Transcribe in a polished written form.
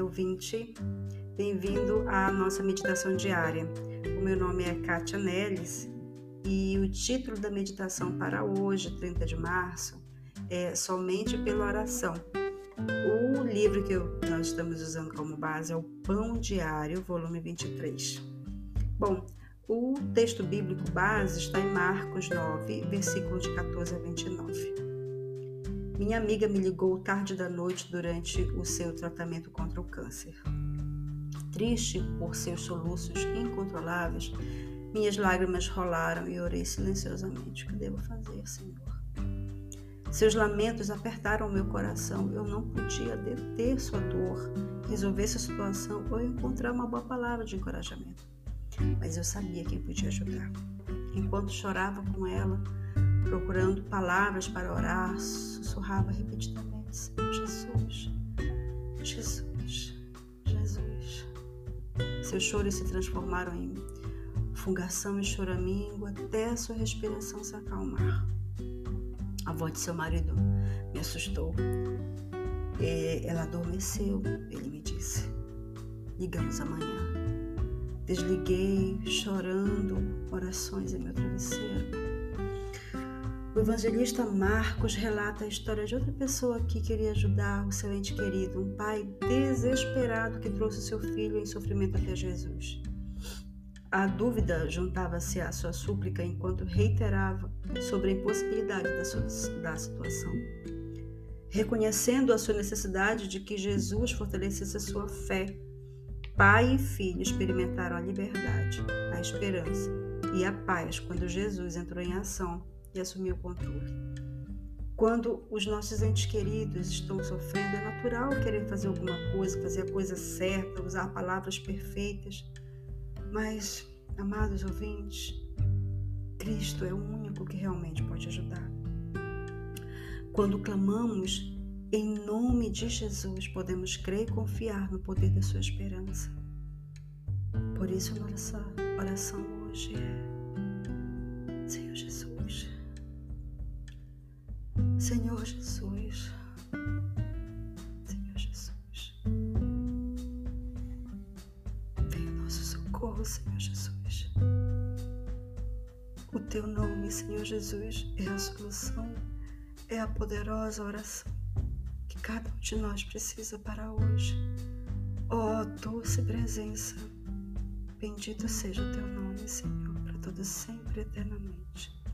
ouvinte, bem-vindo à nossa meditação diária. O meu nome é Kátia Neles e o título da meditação para hoje, 30 de março, é Somente pela Oração. O livro que nós estamos usando como base é o Pão Diário, volume 23. Bom, o texto bíblico base está em Marcos 9, versículo de 14 a 29. Minha amiga me ligou tarde da noite durante o seu tratamento contra o câncer. Triste por seus soluços incontroláveis, minhas lágrimas rolaram e orei silenciosamente. O que devo fazer, Senhor? Seus lamentos apertaram o meu coração. Eu não podia deter sua dor, resolver sua situação ou encontrar uma boa palavra de encorajamento. Mas eu sabia quem podia ajudar. Enquanto chorava com ela, procurando palavras para orar, sussurrava repetidamente: Senhor Jesus, Jesus, Jesus. Seus choros se transformaram em fungação e choramingo até a sua respiração se acalmar. A voz de seu marido me assustou. Ela adormeceu, ele me disse. Ligamos amanhã. Desliguei, chorando, orações em meu travesseiro. O evangelista Marcos relata a história de outra pessoa que queria ajudar o seu ente querido, um pai desesperado que trouxe seu filho em sofrimento até Jesus. A dúvida juntava-se à sua súplica enquanto reiterava sobre a impossibilidade da situação. Reconhecendo a sua necessidade de que Jesus fortalecesse a sua fé, pai e filho experimentaram a liberdade, a esperança e a paz quando Jesus entrou em ação e assumiu o controle. Quando os nossos entes queridos estão sofrendo, é natural querer fazer alguma coisa, fazer a coisa certa, usar palavras perfeitas. Mas, amados ouvintes, Cristo é o único que realmente pode ajudar. Quando clamamos em nome de Jesus, podemos crer e confiar no poder da sua esperança. Por isso, a nossa oração hoje é: Senhor Jesus, Senhor Jesus, Senhor Jesus, venha o nosso socorro, Senhor Jesus. O teu nome, Senhor Jesus, é a solução, é a poderosa oração que cada um de nós precisa para hoje. Ó doce presença, bendito seja o teu nome, Senhor, para todo sempre e eternamente.